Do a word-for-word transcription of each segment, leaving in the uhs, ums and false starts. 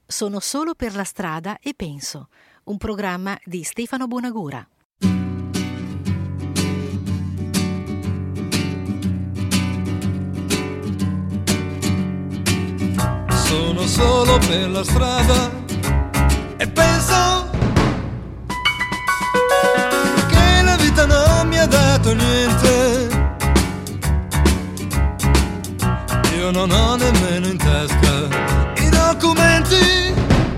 Sono solo per la strada e penso, un programma di Stefano Bonagura. Sono solo per la strada e penso che la vita non mi ha dato niente. Io non ho nemmeno in tasca i documenti,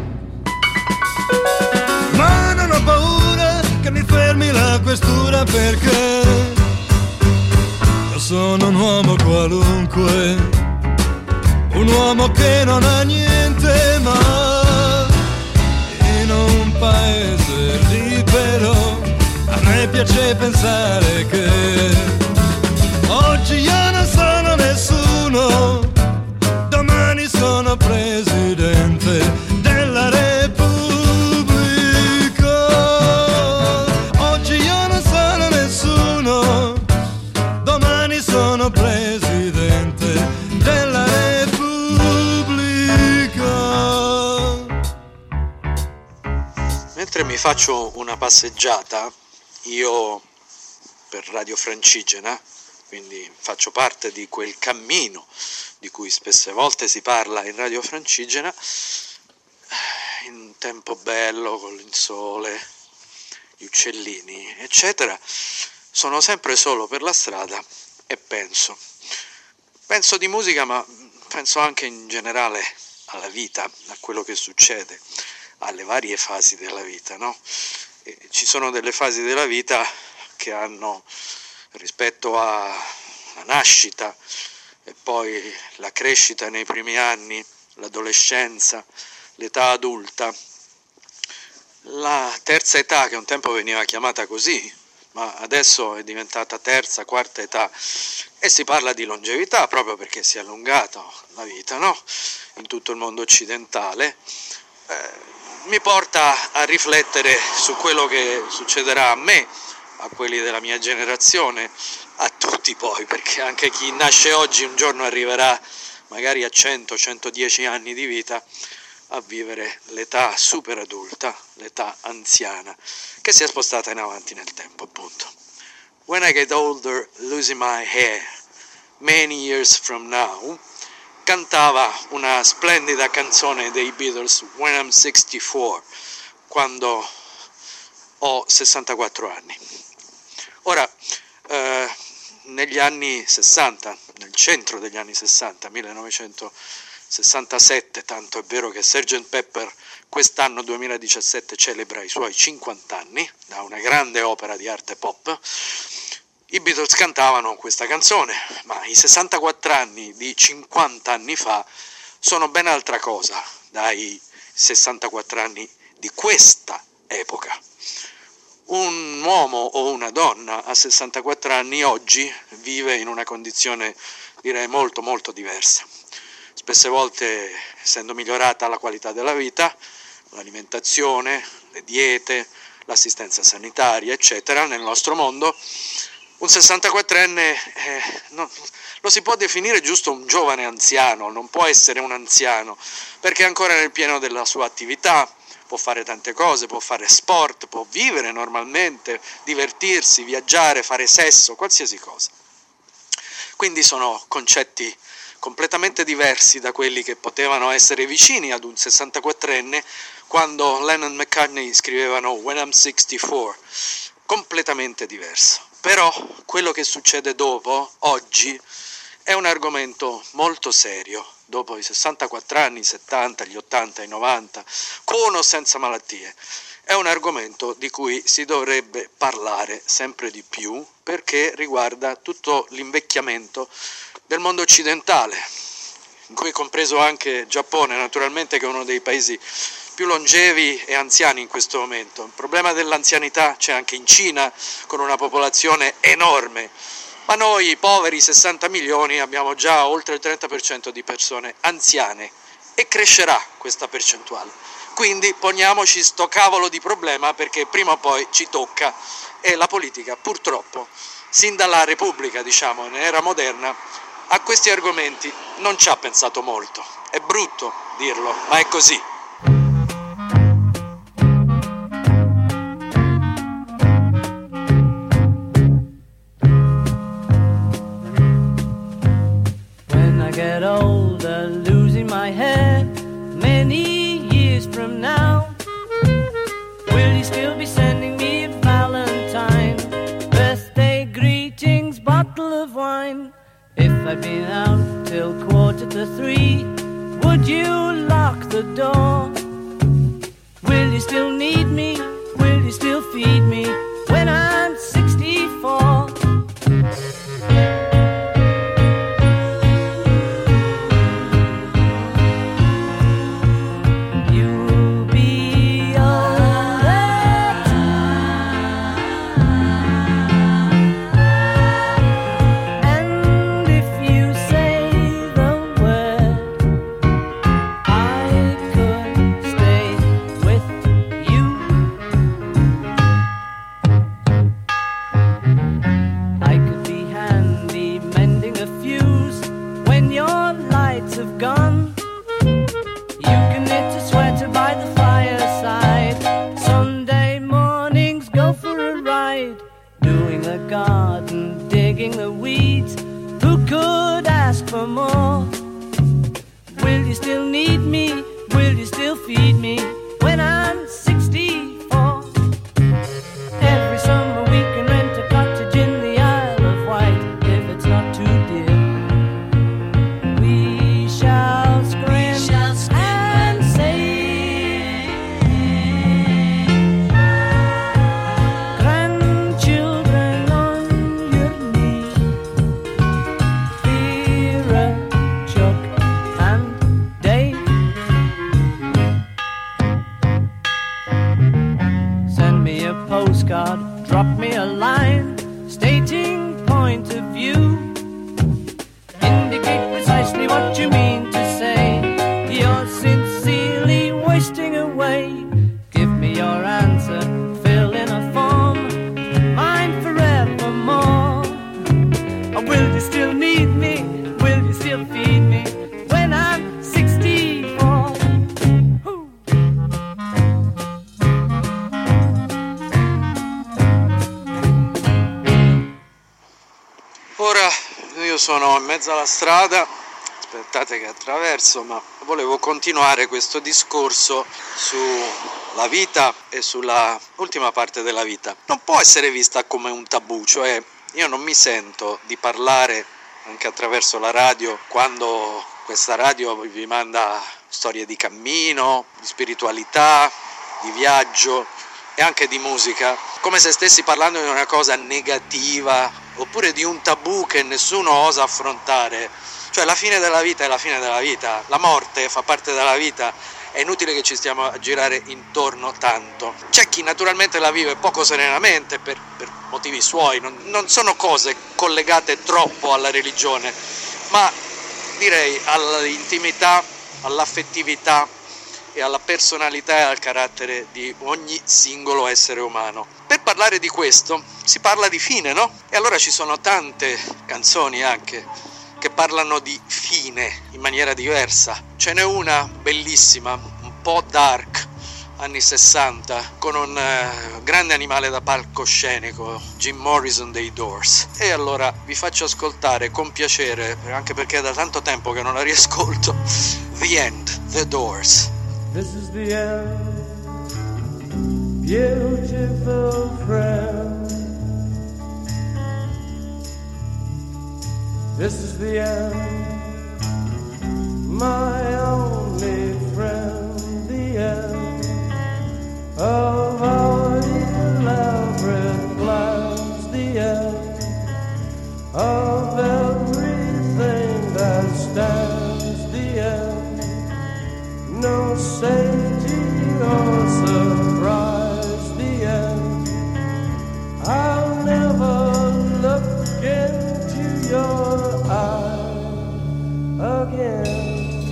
ma non ho paura che mi fermi la questura, perché io sono un uomo qualunque, un uomo che non ha niente, ma in un paese libero a me piace pensare che oggi io non sono nessuno, domani sono presidente della Repubblica. Oggi io non sono nessuno, domani sono presidente della Repubblica. Mentre mi faccio una passeggiata, io per Radio Francigena, quindi faccio parte di quel cammino di cui spesse volte si parla in Radio Francigena, in un tempo bello, con il sole, gli uccellini, eccetera, sono sempre solo per la strada e penso. Penso di musica, ma penso anche in generale alla vita, a quello che succede, alle varie fasi della vita, no? E ci sono delle fasi della vita che hanno, rispetto alla nascita e poi la crescita nei primi anni, l'adolescenza, l'età adulta, la terza età, che un tempo veniva chiamata così, ma adesso è diventata terza, quarta età, e si parla di longevità proprio perché si è allungata la vita, no? In tutto il mondo occidentale, eh, mi porta a riflettere su quello che succederà a me, a quelli della mia generazione, a tutti poi, perché anche chi nasce oggi un giorno arriverà magari a cento centodieci anni di vita a vivere l'età super adulta, l'età anziana, che si è spostata in avanti nel tempo, appunto. When I get older, losing my hair, many years from now, cantava una splendida canzone dei Beatles, When I'm sixty-four, quando ho sessantaquattro anni. Ora, eh, negli anni sessanta, nel centro degli anni sessanta, millenovecentosessantasette, tanto è vero che sergeant Pepper quest'anno duemiladiciassette celebra i suoi cinquanta anni, da una grande opera di arte pop, i Beatles cantavano questa canzone, ma i sessantaquattro anni di cinquanta anni fa sono ben altra cosa dai sessantaquattro anni di questa epoca. Un uomo o una donna a sessantaquattro anni oggi vive in una condizione, direi, molto molto diversa. Spesse volte, essendo migliorata la qualità della vita, l'alimentazione, le diete, l'assistenza sanitaria, eccetera, nel nostro mondo, un sessantaquattrenne eh, no, lo si può definire giusto un giovane anziano, non può essere un anziano, perché è ancora nel pieno della sua attività, può fare tante cose, può fare sport, può vivere normalmente, divertirsi, viaggiare, fare sesso, qualsiasi cosa. Quindi sono concetti completamente diversi da quelli che potevano essere vicini ad un sessantaquattrenne quando Lennon e McCartney scrivevano When I'm sixty-four, completamente diverso. Però quello che succede dopo, oggi, è un argomento molto serio. Dopo i sessantaquattro anni, i settanta, gli ottanta, i novanta, con o senza malattie, è un argomento di cui si dovrebbe parlare sempre di più, perché riguarda tutto l'invecchiamento del mondo occidentale, in cui è compreso anche Giappone, naturalmente, che è uno dei paesi più longevi e anziani in questo momento. Il problema dell'anzianità c'è anche in Cina, con una popolazione enorme. Ma noi, poveri sessanta milioni, abbiamo già oltre il trenta per cento di persone anziane e crescerà questa percentuale. Quindi poniamoci sto cavolo di problema, perché prima o poi ci tocca, e la politica purtroppo, sin dalla Repubblica, diciamo, in era moderna, a questi argomenti non ci ha pensato molto. È brutto dirlo, ma è così. I've been out till quarter to three. Would you lock the door? Will you still need me? Will you still feed me when I'm sixty-four? For more. Will you still need me? Will you still feed me when I'm sixty-four? Every summer we can rent a cottage in the Isle of Wight if it's not too dear. We shall scream, we shall scream and say, grandchildren on your knee. Postcard, drop me a line stating point of view. Indicate precisely what you mean to say. You're sincerely wasting away. Give me your answer, fill in a form, mine forevermore. Or will you still need me? Will you still feed me when I'm sixty-four? Ora io sono in mezzo alla strada, aspettate che attraverso, ma volevo continuare questo discorso sulla vita e sulla ultima parte della vita. Non può essere vista come un tabù, cioè io non mi sento di parlare anche attraverso la radio quando questa radio vi manda storie di cammino, di spiritualità, di viaggio e anche di musica, come se stessi parlando di una cosa negativa oppure di un tabù che nessuno osa affrontare. Cioè la fine della vita è la fine della vita, la morte fa parte della vita, è inutile che ci stiamo a girare intorno tanto. C'è chi naturalmente la vive poco serenamente per, per motivi suoi, non, non sono cose collegate troppo alla religione, ma direi all'intimità, all'affettività e alla personalità e al carattere di ogni singolo essere umano. Per parlare di questo si parla di fine, no? E allora ci sono tante canzoni anche che parlano di fine in maniera diversa. Ce n'è una bellissima, un po' dark, anni sessanta, con un uh, grande animale da palcoscenico, Jim Morrison dei Doors. E allora vi faccio ascoltare con piacere, anche perché è da tanto tempo che non la riascolto, The End, The Doors. This is the end, beautiful friend. This is the end, my only friend. The end of our elaborate plans. The end of everything that stands. The end, no safety or surprise. The end, I'll never look into your eyes again.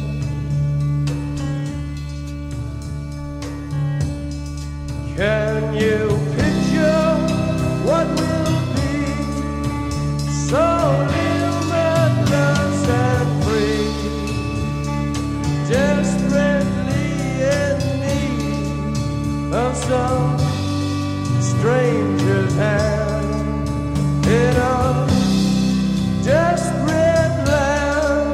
Can you picture what will be so limitless and free? Desperately in need of some stranger's hand in a desperate land.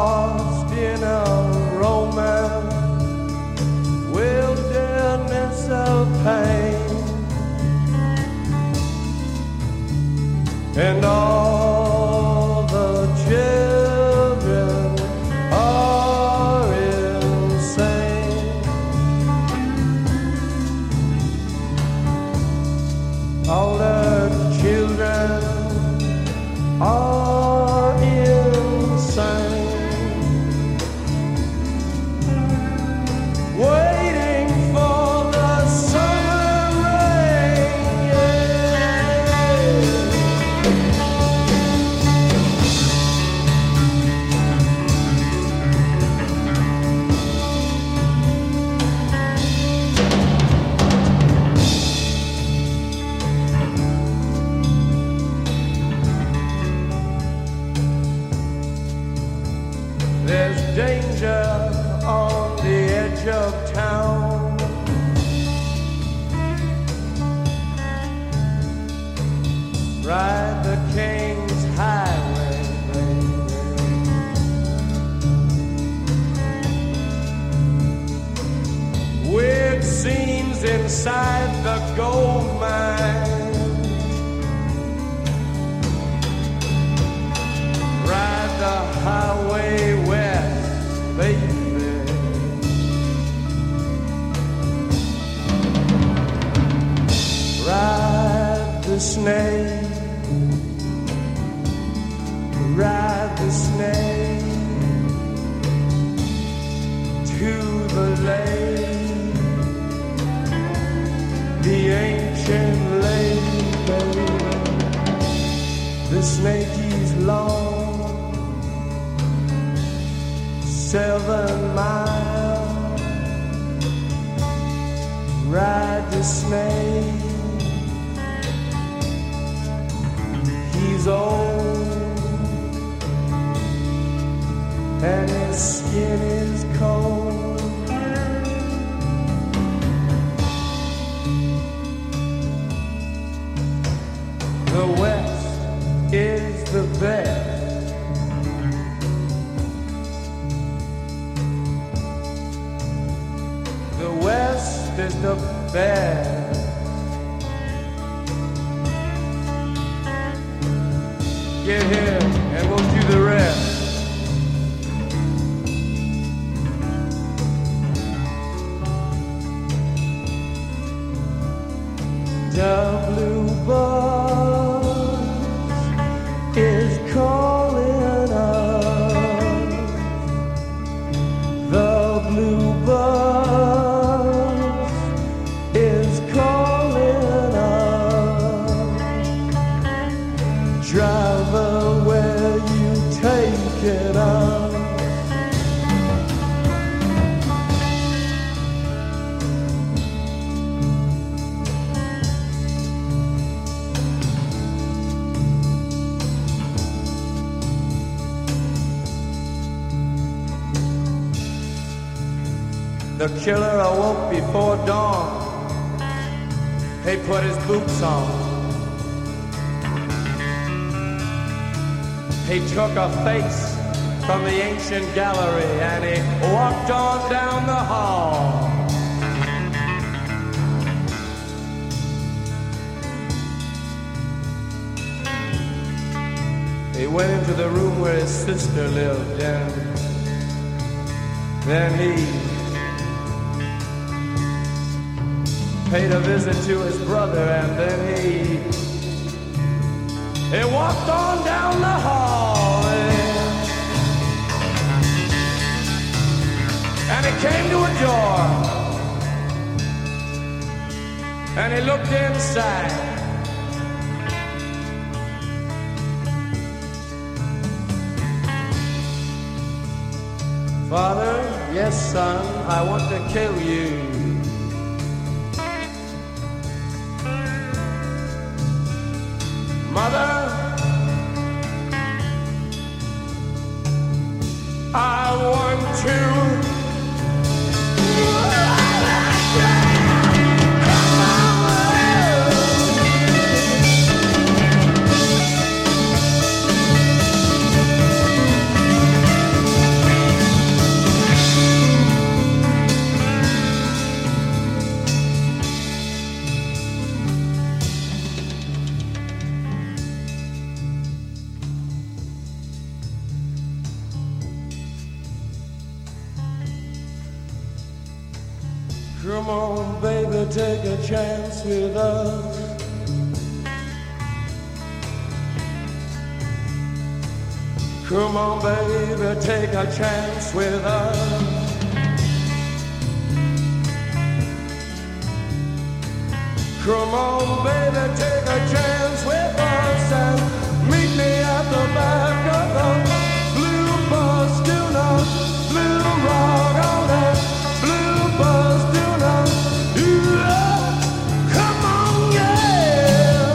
lost in a romance, wilderness of pain, and all the children are insane. All the children are insane, waiting for the summer rain. There's danger on the edge of town. Ride the King's Highway, baby. Weird scenes inside the gold mine. Ride the highway west, baby. Ride the snake, ride the snake to the lake, the ancient lake, baby. The snake is long, seven miles. Ride the snake. He's old and his skin is cold. The West is the best. The West is the best. Get here and we'll do the rest. The blue bus is calling us. The blue bus is calling us. Driver, where you taking us? The killer awoke before dawn. He put his boots on. He took a face from the ancient gallery and he walked on down the hall. He went into the room where his sister lived, and then he paid a visit to his brother, and then he he walked on down the hall, and, and he came to a door, and he looked inside. Father, yes son, I want to kill you. Mother, I want to. Come on, baby, take a chance with us. Come on, baby, take a chance with us. Come on, baby, take a chance with us and meet me at the back of the blue bus. Do not blue rock on that blue bus. Do not, yeah, come on, yeah.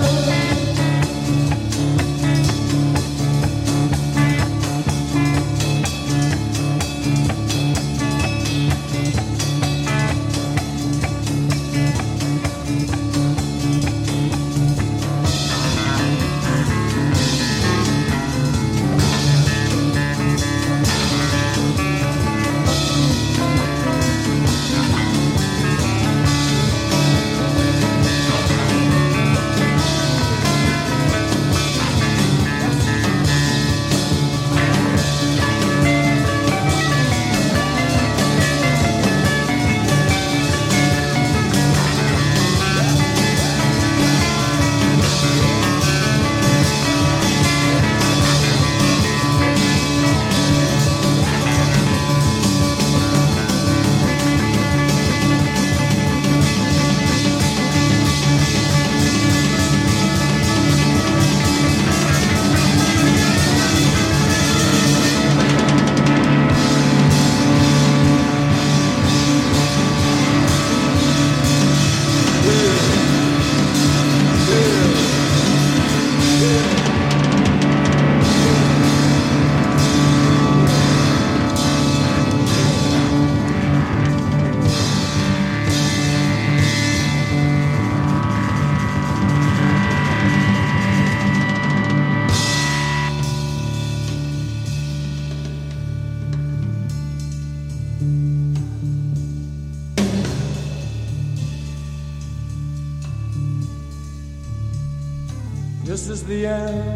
This is the end,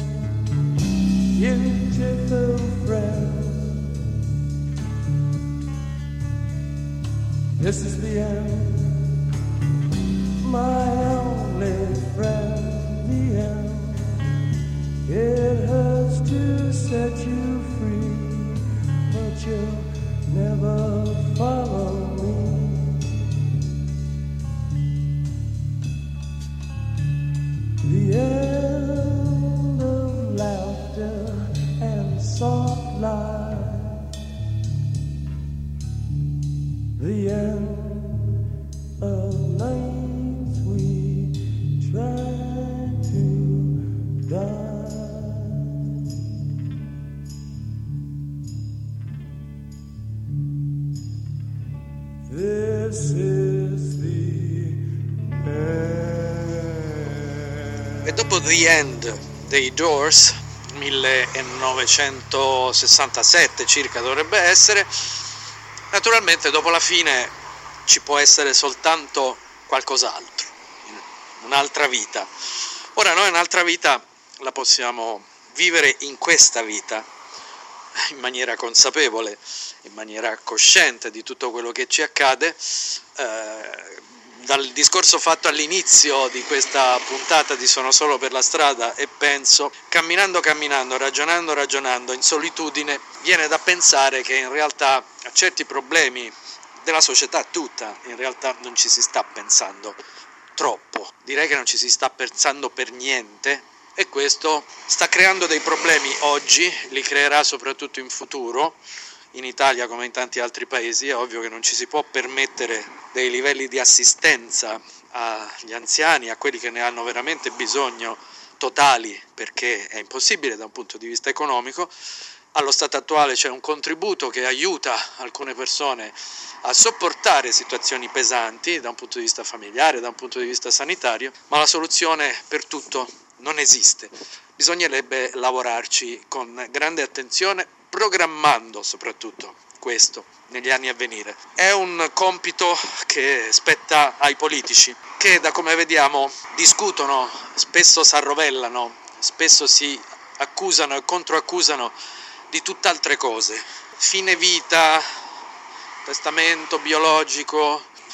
beautiful friend. This is the end, my only friend. The end, it hurts to set you free, but you'll never follow me. The end of laughter and soft light. The end of nights we try to die. This is the end. E dopo The End dei Doors, millenovecentosessantasette circa dovrebbe essere, naturalmente dopo la fine ci può essere soltanto qualcos'altro, un'altra vita. Ora noi un'altra vita la possiamo vivere in questa vita, in maniera consapevole, in maniera cosciente di tutto quello che ci accade, eh, dal discorso fatto all'inizio di questa puntata di Sono solo per la strada e penso, camminando camminando, ragionando ragionando, in solitudine, viene da pensare che in realtà a certi problemi della società tutta, in realtà non ci si sta pensando troppo, direi che non ci si sta pensando per niente, e questo sta creando dei problemi oggi, li creerà soprattutto in futuro. In Italia come in tanti altri paesi è ovvio che non ci si può permettere dei livelli di assistenza agli anziani, a quelli che ne hanno veramente bisogno, totali, perché è impossibile da un punto di vista economico. Allo stato attuale c'è un contributo che aiuta alcune persone a sopportare situazioni pesanti da un punto di vista familiare, da un punto di vista sanitario, ma la soluzione per tutto non esiste. Bisognerebbe lavorarci con grande attenzione, programmando soprattutto questo negli anni a venire. È un compito che spetta ai politici, che da come vediamo discutono, spesso s'arrovellano, spesso si accusano e controaccusano di tutt'altre cose. Fine vita, testamento biologico,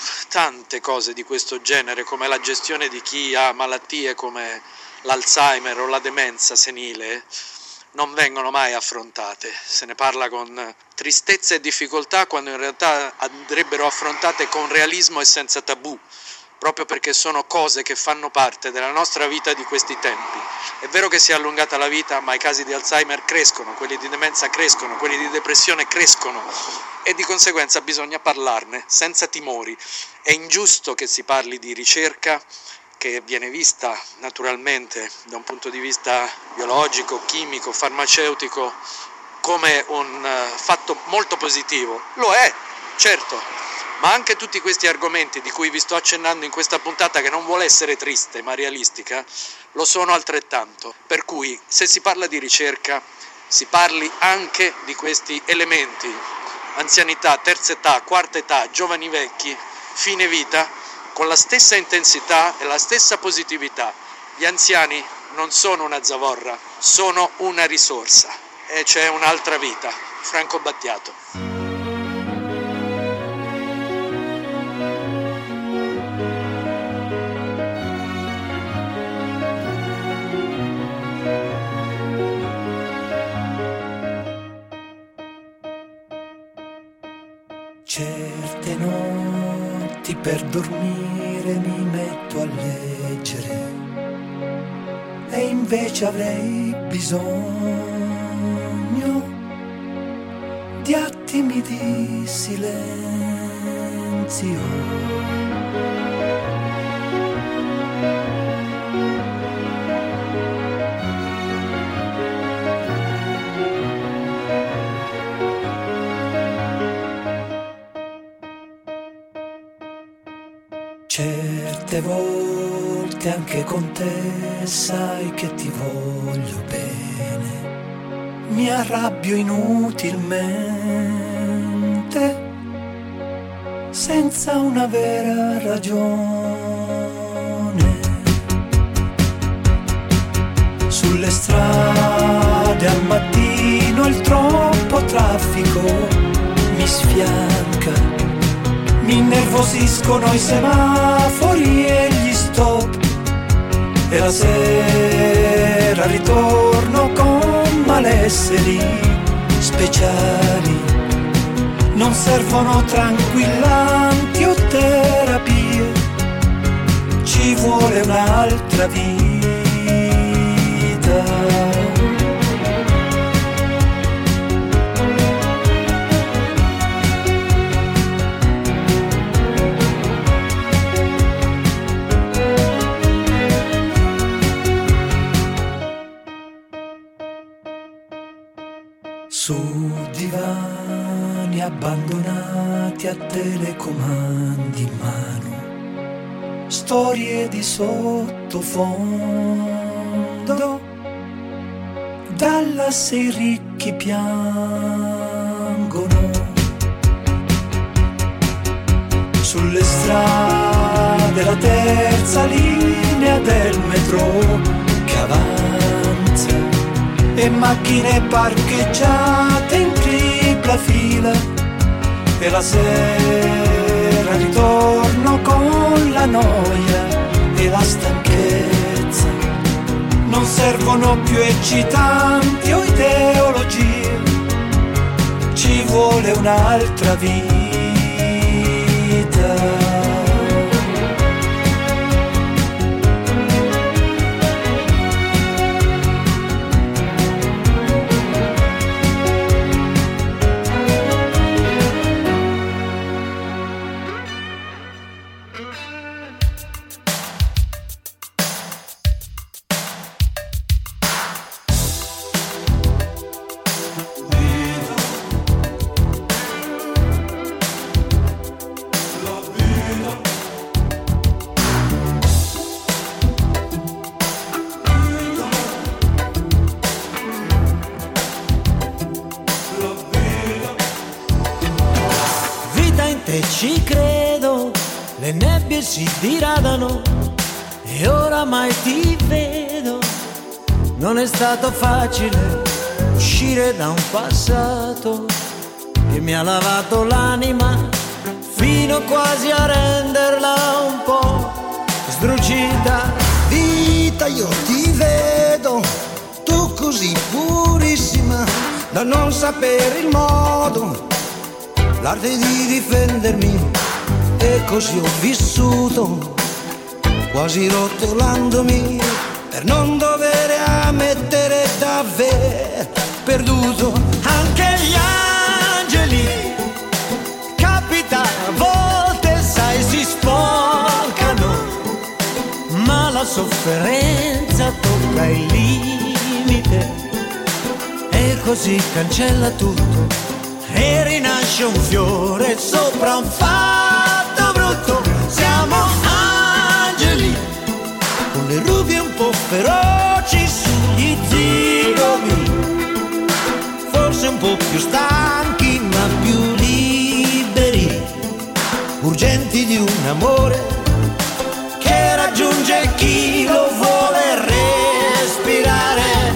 tante cose di questo genere, come la gestione di chi ha malattie come l'Alzheimer o la demenza senile, non vengono mai affrontate. Se ne parla con tristezza e difficoltà, quando in realtà andrebbero affrontate con realismo e senza tabù, proprio perché sono cose che fanno parte della nostra vita di questi tempi. È vero che si è allungata la vita, ma i casi di Alzheimer crescono, quelli di demenza crescono, quelli di depressione crescono, e di conseguenza bisogna parlarne senza timori. È ingiusto che si parli di ricerca, che viene vista naturalmente da un punto di vista biologico, chimico, farmaceutico come un uh, fatto molto positivo. Lo è, certo, ma anche tutti questi argomenti di cui vi sto accennando in questa puntata, che non vuole essere triste ma realistica, lo sono altrettanto. Per cui se si parla di ricerca si parli anche di questi elementi: anzianità, terza età, quarta età, giovani vecchi, fine vita, con la stessa intensità e la stessa positività. Gli anziani non sono una zavorra, sono una risorsa, e c'è un'altra vita. Franco Battiato. Certe notti per dormire mi metto a leggere, e invece avrei bisogno di attimi di silenzio. Certe volte anche con te sai che ti voglio bene, mi arrabbio inutilmente, senza una vera ragione. Sulle strade al mattino il troppo traffico mi sfianca, mi innervosiscono i semafori e gli stop, e la sera ritorno con malesseri speciali. Non servono tranquillanti o terapie, ci vuole un'altra vita. Su divani abbandonati a telecomandi in mano, storie di sottofondo, Dallas e i ricchi piangono. Sulle strade la terza linea del metro che avanza, e macchine parcheggiate in tripla fila, e la sera ritorno con la noia e la stanchezza. Non servono più eccitanti o ideologie, ci vuole un'altra vita. Ci credo, le nebbie si diradano e oramai ti vedo. Non è stato facile uscire da un passato che mi ha lavato l'anima fino fino quasi a renderla un po' sdrucita. Vita, io ti vedo, tu così purissima, da non sapere il modo, l'arte di difendermi, e così ho vissuto, quasi rotolandomi, per non dover ammettere d'aver perduto. Anche gli angeli, capita a volte, sai, si sporcano, ma la sofferenza tocca il limite e così cancella tutto e rinasce un fiore sopra un fatto brutto. Siamo angeli con le ruvi un po' feroci sugli zigomi, forse un po' più stanchi ma più liberi, urgenti di un amore che raggiunge chi lo vuole respirare.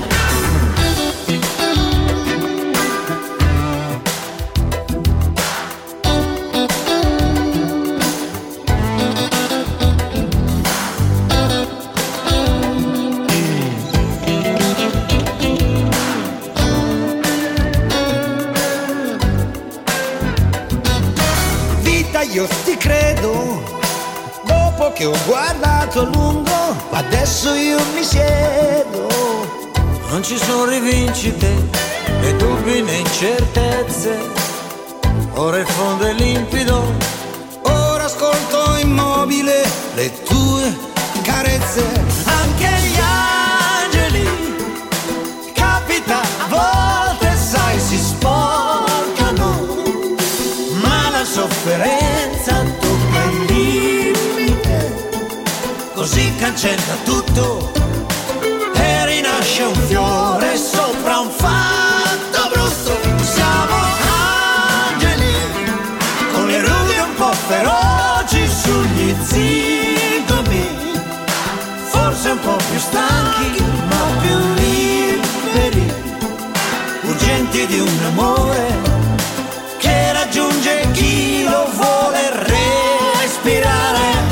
Vita, io ti credo, dopo che ho guardato a lungo, adesso io mi siedo. Non ci sono rivincite, né dubbi né incertezze, ora il fondo è limpido, Ora ascolto immobile le tue carezze. anche gli angeli, capita a volte, sai, si sporcano, ma la sofferenza tocca il limite, così cancella tutto e rinasce un fiore sopra un fatto brutto. Siamo angeli con le rughe un po' feroci sugli zigomi, forse un po' più stanchi ma più liberi, urgenti di un amore che raggiunge chi lo vuole respirare.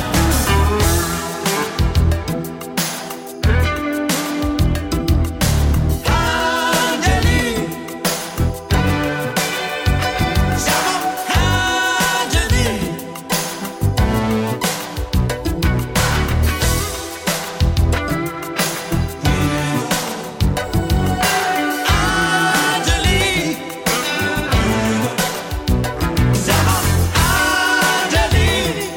Angeli, siamo angeli. Angeli, siamo angeli.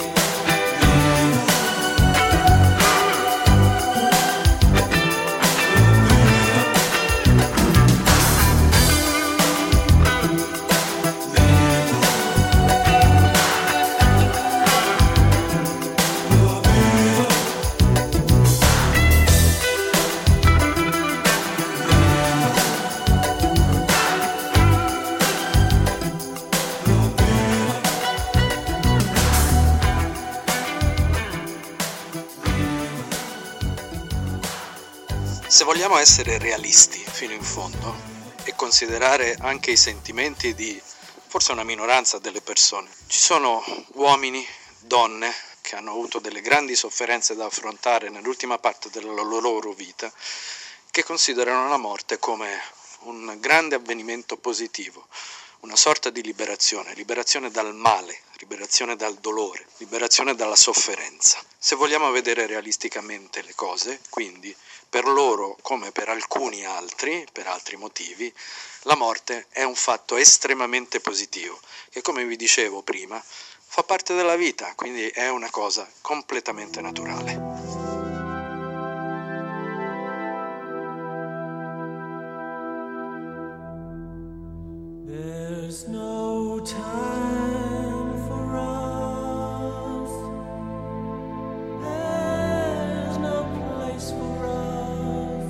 Se vogliamo essere realisti fino in fondo e considerare anche i sentimenti di forse una minoranza delle persone, ci sono uomini, donne che hanno avuto delle grandi sofferenze da affrontare nell'ultima parte della loro vita, che considerano la morte come un grande avvenimento positivo, una sorta di liberazione, liberazione dal male, liberazione dal dolore, liberazione dalla sofferenza. Se vogliamo vedere realisticamente le cose, quindi, per loro come per alcuni altri, per altri motivi, la morte è un fatto estremamente positivo, che, come vi dicevo prima, fa parte della vita, quindi è una cosa completamente naturale. There's no time for us. There's no place for us.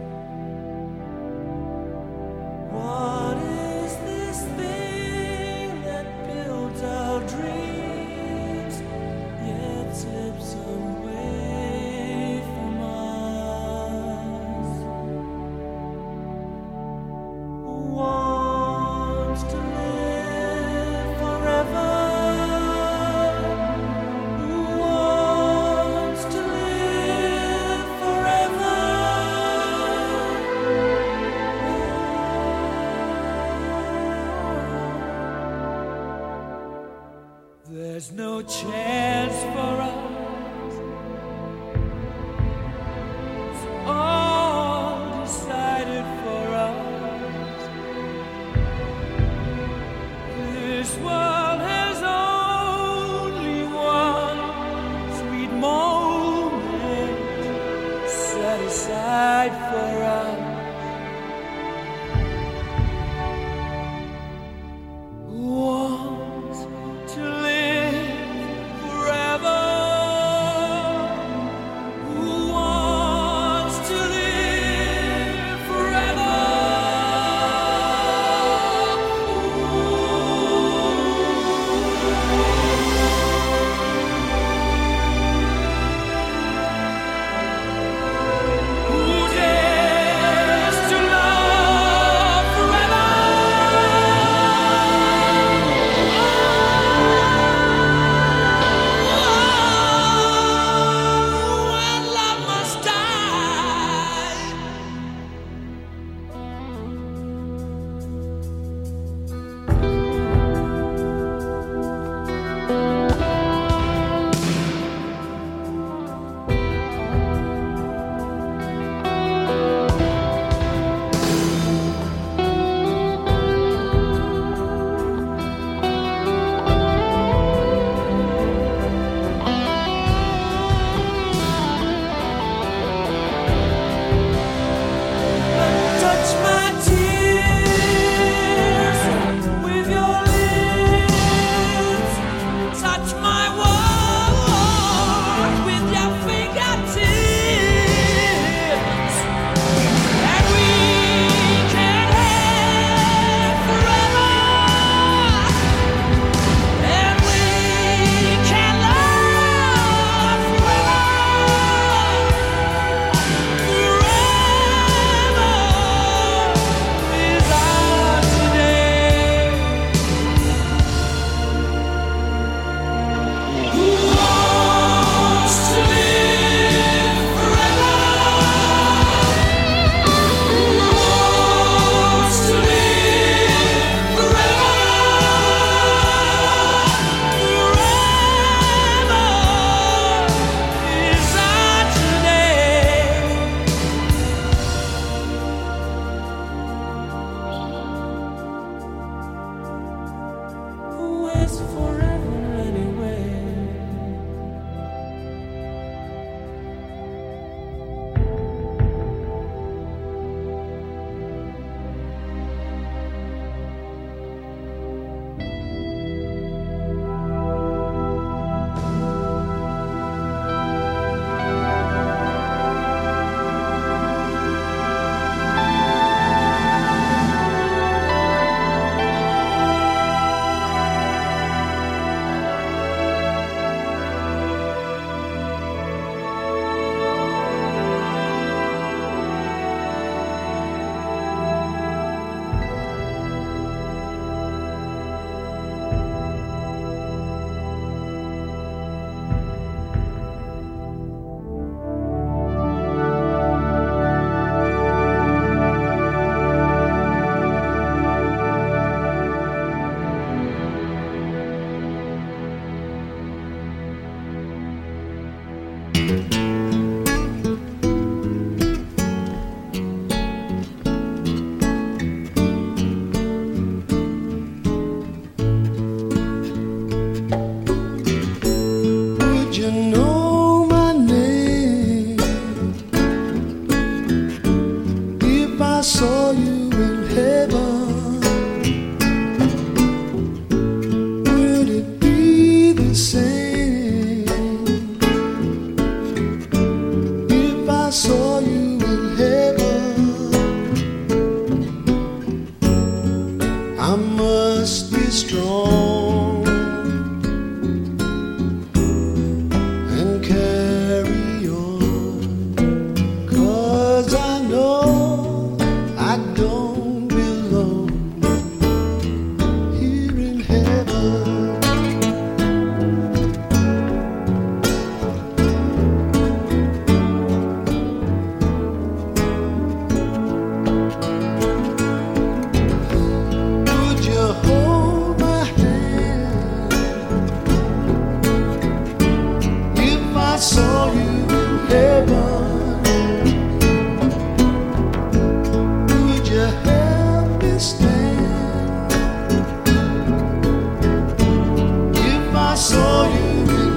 What is this thing that builds our dreams yet slips away from us? Wants to live forever. There's no chance for us. It's all decided for us. This world has only one sweet moment set aside for us.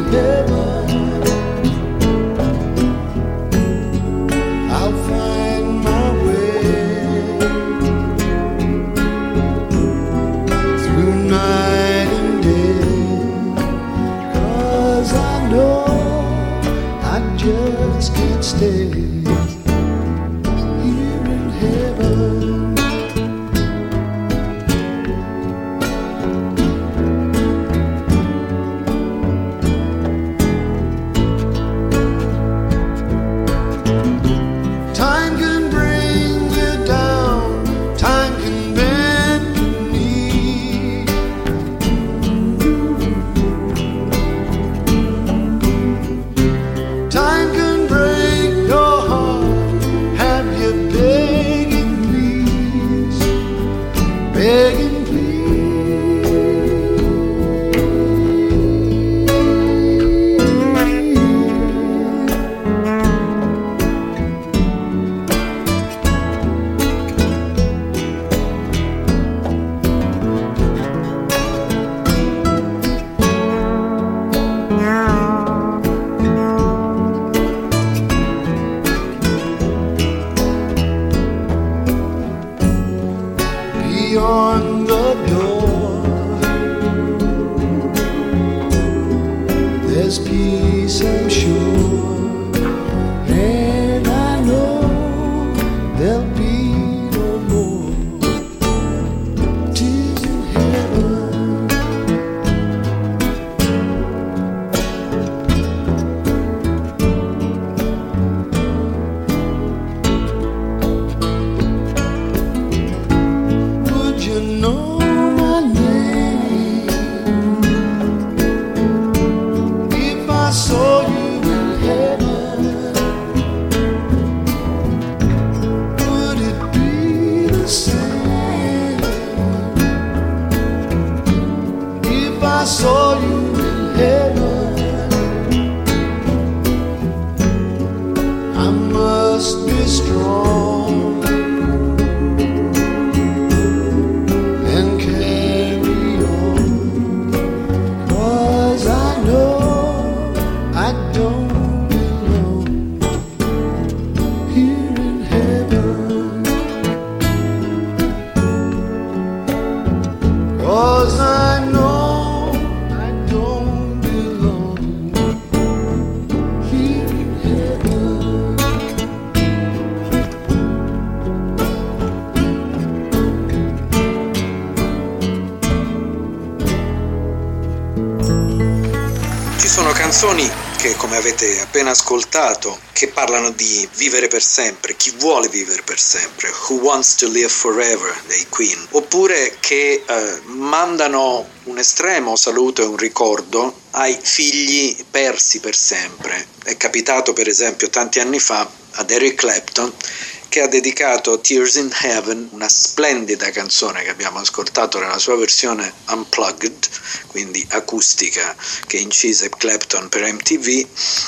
Canzoni che, come avete appena ascoltato, che parlano di vivere per sempre, chi vuole vivere per sempre, Who Wants to Live Forever dei Queen, oppure che eh, mandano un estremo saluto e un ricordo ai figli persi per sempre. È capitato per esempio tanti anni fa ad Eric Clapton, che ha dedicato Tears in Heaven, una splendida canzone che abbiamo ascoltato nella sua versione unplugged, quindi acustica, che incise Clapton per M T V,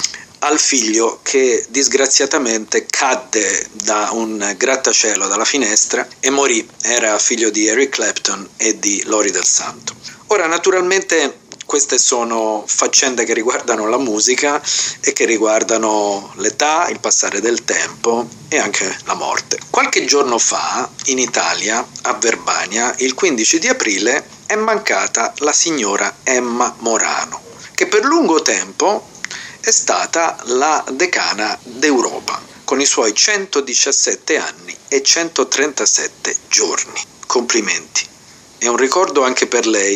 al figlio che disgraziatamente cadde da un grattacielo dalla finestra e morì. Era figlio di Eric Clapton e di Lori Del Santo. Ora, naturalmente, queste sono faccende che riguardano la musica e che riguardano l'età, il passare del tempo e anche la morte. Qualche giorno fa, in Italia, a Verbania, il quindici di aprile, è mancata la signora Emma Morano, che per lungo tempo è stata la decana d'Europa, con i suoi centodiciassette anni e centotrentasette giorni. Complimenti. È un ricordo anche per lei,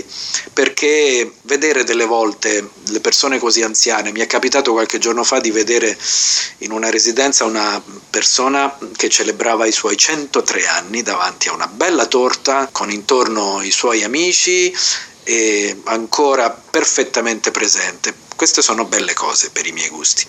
perché vedere delle volte le persone così anziane, mi è capitato qualche giorno fa di vedere in una residenza una persona che celebrava i suoi centotré anni davanti a una bella torta con intorno i suoi amici e ancora perfettamente presente. Queste sono belle cose per i miei gusti.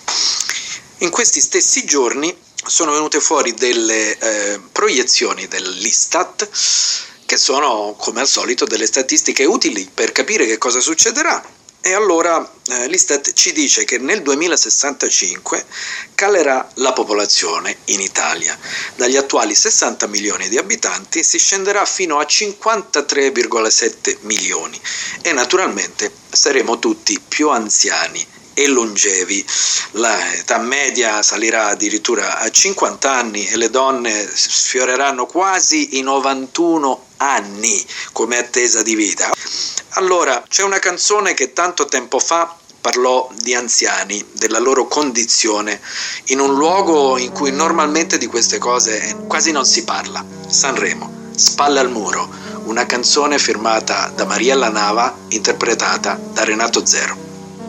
In questi stessi giorni sono venute fuori delle eh, proiezioni dell'Istat, che sono, come al solito, delle statistiche utili per capire che cosa succederà. E allora eh, l'Istat ci dice che nel duemilasessantacinque calerà la popolazione in Italia. Dagli attuali sessanta milioni di abitanti si scenderà fino a cinquantatré virgola sette milioni e naturalmente saremo tutti più anziani e longevi. L'età media salirà addirittura a cinquanta anni e le donne sfioreranno quasi i novantuno anni come attesa di vita. Allora, c'è una canzone che tanto tempo fa parlò di anziani, della loro condizione, in un luogo in cui normalmente di queste cose quasi non si parla. Sanremo, Spalle al muro, una canzone firmata da Mariella Nava, interpretata da Renato Zero.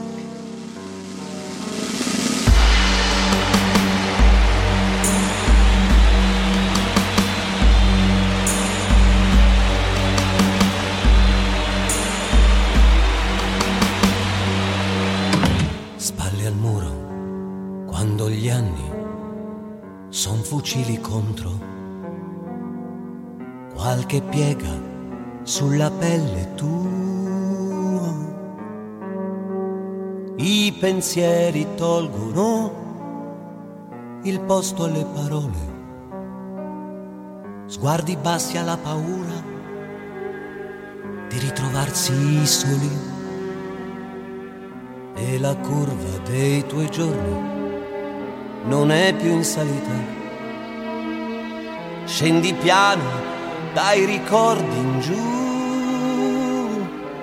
Quando gli anni son fucili contro, qualche piega sulla pelle tua, i pensieri tolgono il posto alle parole, sguardi bassi alla paura di ritrovarsi soli, e la curva dei tuoi giorni non è più in salita, scendi piano dai ricordi in giù,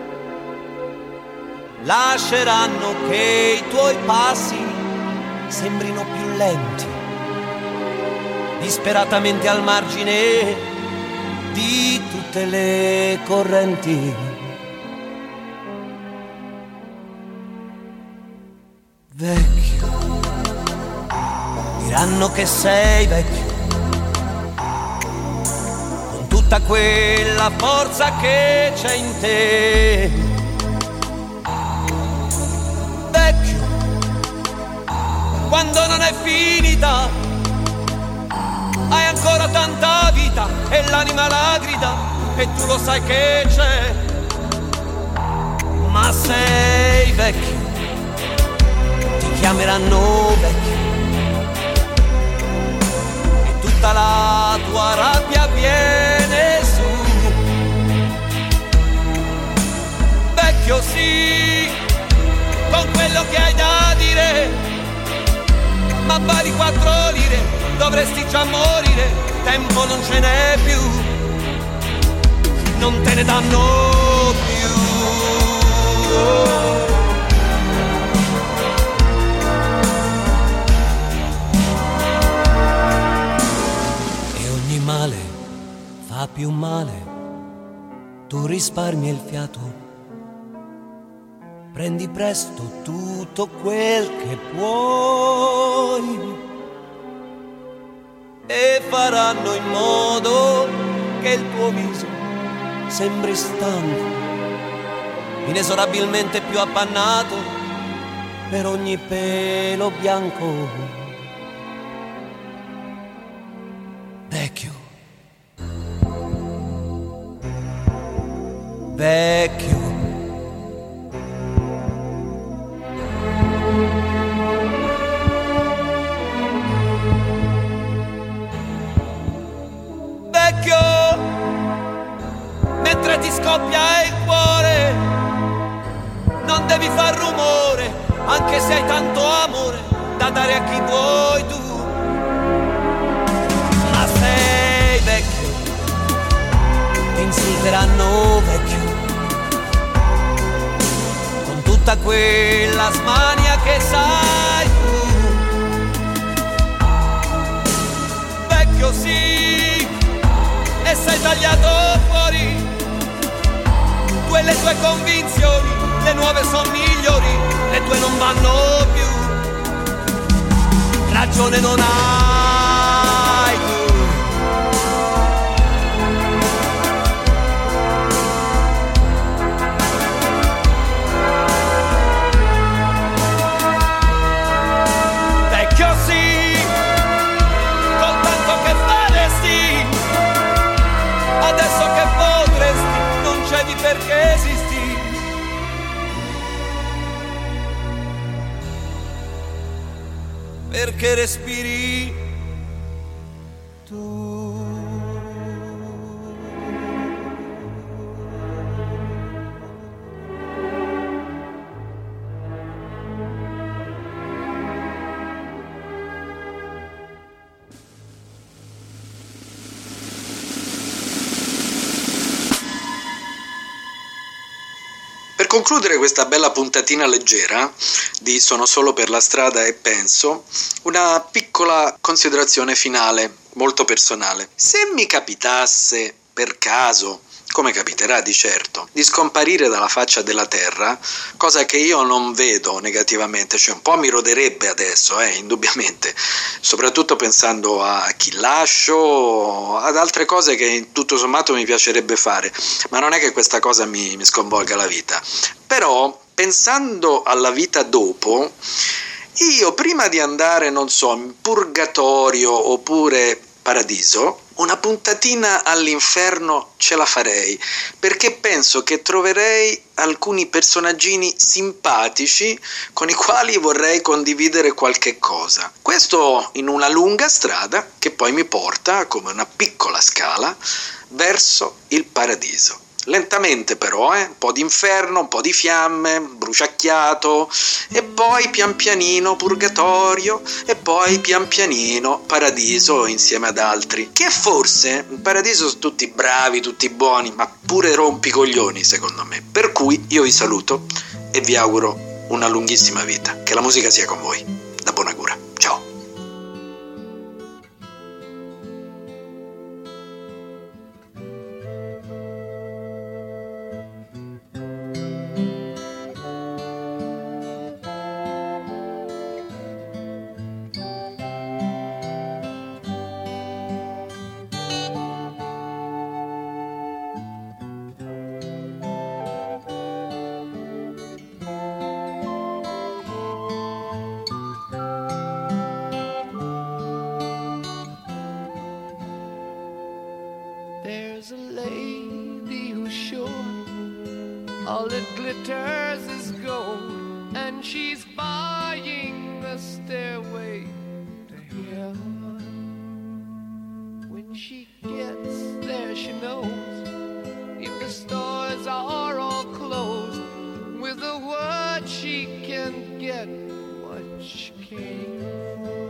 lasceranno che i tuoi passi sembrino più lenti, disperatamente al margine di tutte le correnti. Vecchio, diranno che sei vecchio, con tutta quella forza che c'è in te. Vecchio, quando non è finita, hai ancora tanta vita e l'anima la grida, e tu lo sai che c'è. Ma sei vecchio, ti chiameranno vecchio, tutta la tua rabbia viene su. Vecchio sì, con quello che hai da dire, ma vali quattro lire, dovresti già morire, tempo non ce n'è più, non te ne danno più. Male fa più male, tu risparmi il fiato, prendi presto tutto quel che puoi e faranno in modo che il tuo viso sembri stanco, inesorabilmente più appannato per ogni pelo bianco. Vecchio, vecchio, vecchio, mentre ti scoppia il cuore, non devi far rumore, anche se hai tanto amore da dare a chi vuoi tu. Sei vecchio, ti insulteranno vecchio, con tutta quella smania che sai tu. Vecchio sì, e sei tagliato fuori, tu e le tue convinzioni, le nuove son migliori, le tue non vanno più, ragione non hai tu. Adesso che potresti, non cedi perché esisti. Perché respiri tu. Per concludere questa bella puntatina leggera di Sono solo per la strada e penso, una piccola considerazione finale, molto personale. Se mi capitasse per caso, come capiterà di certo, di scomparire dalla faccia della terra, cosa che io non vedo negativamente, cioè un po' mi roderebbe adesso, eh, indubbiamente, soprattutto pensando a chi lascio, ad altre cose che tutto sommato mi piacerebbe fare, ma non è che questa cosa mi, mi sconvolga la vita. Però, pensando alla vita dopo, io prima di andare, non so, in purgatorio oppure paradiso, una puntatina all'inferno ce la farei, perché penso che troverei alcuni personaggini simpatici con i quali vorrei condividere qualche cosa. Questo in una lunga strada che poi mi porta, come una piccola scala, verso il paradiso. Lentamente però, eh? un po' di inferno, un po' di fiamme, bruciacchiato, e poi pian pianino purgatorio, e poi pian pianino paradiso insieme ad altri. Che forse in paradiso sono tutti bravi, tutti buoni, ma pure rompicoglioni secondo me. Per cui io vi saluto e vi auguro una lunghissima vita. Che la musica sia con voi. Da Bonagura. Ciao. There's a lady who's sure all that glitters is gold, and she's buying the stairway to heaven. When she gets there, she knows if the stores are all closed, with a word she can get what she came for.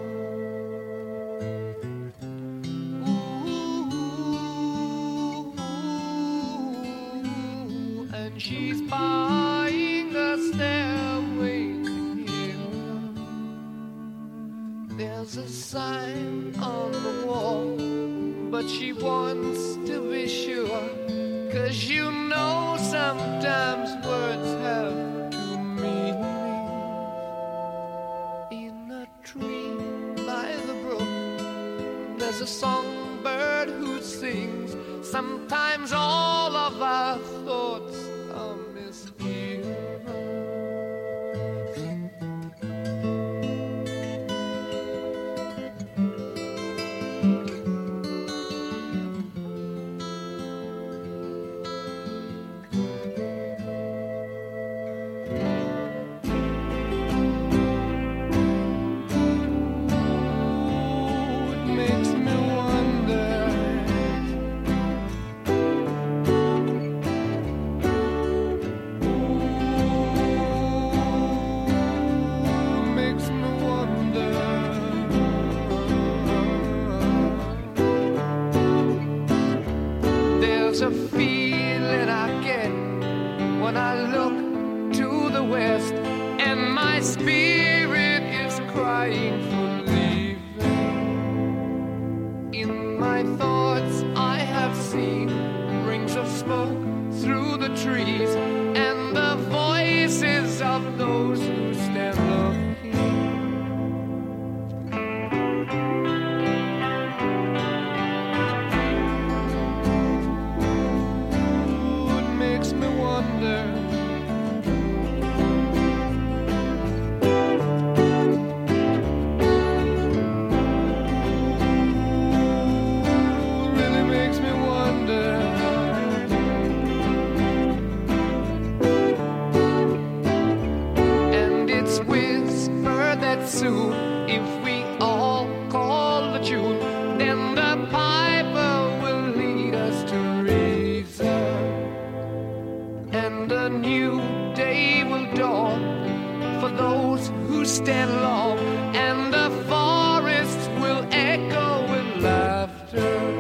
She's buying a stairway to heaven. There's a sign on the wall, but she wants to be sure, 'cause you know sometimes words have two meanings. In a tree by the brook, there's a songbird who sings. Sometimes all of our thoughts are misgiven. A feeling I get when I look to the west, and my spirit is crying for leaving. In my thoughts I have seen rings of smoke through the trees, and the voices of those who stand looking. If we all call the tune, then the piper will lead us to reason, and a new day will dawn for those who stand long, and the forests will echo with laughter.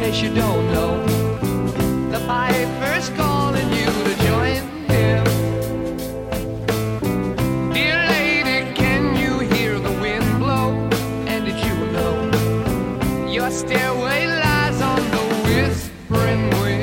case you don't know, the piper's calling you to join him. Dear lady, can you hear the wind blow? And did you know your stairway lies on the whispering wind?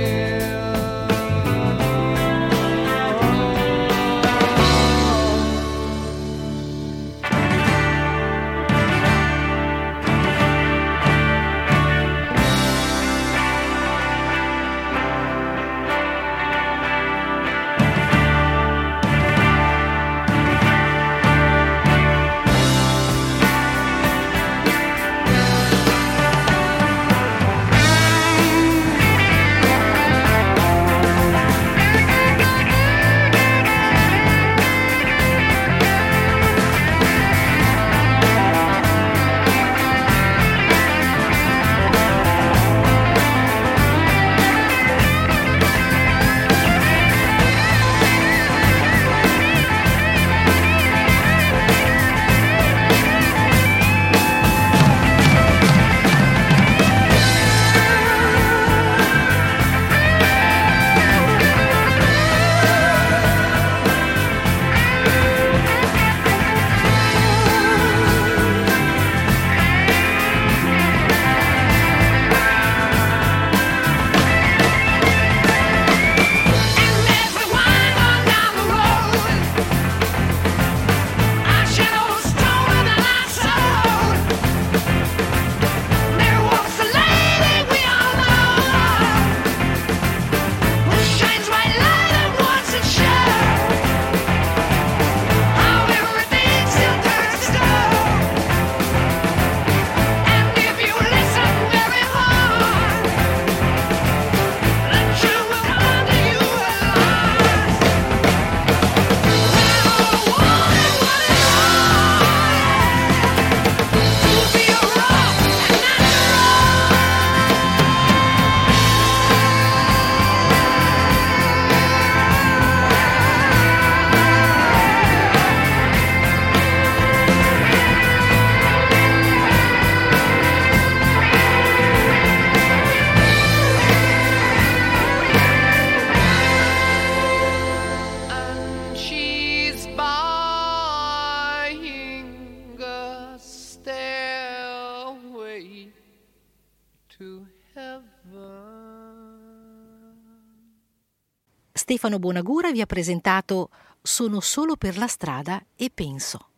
Stefano Bonagura vi ha presentato Sono solo per la strada e penso.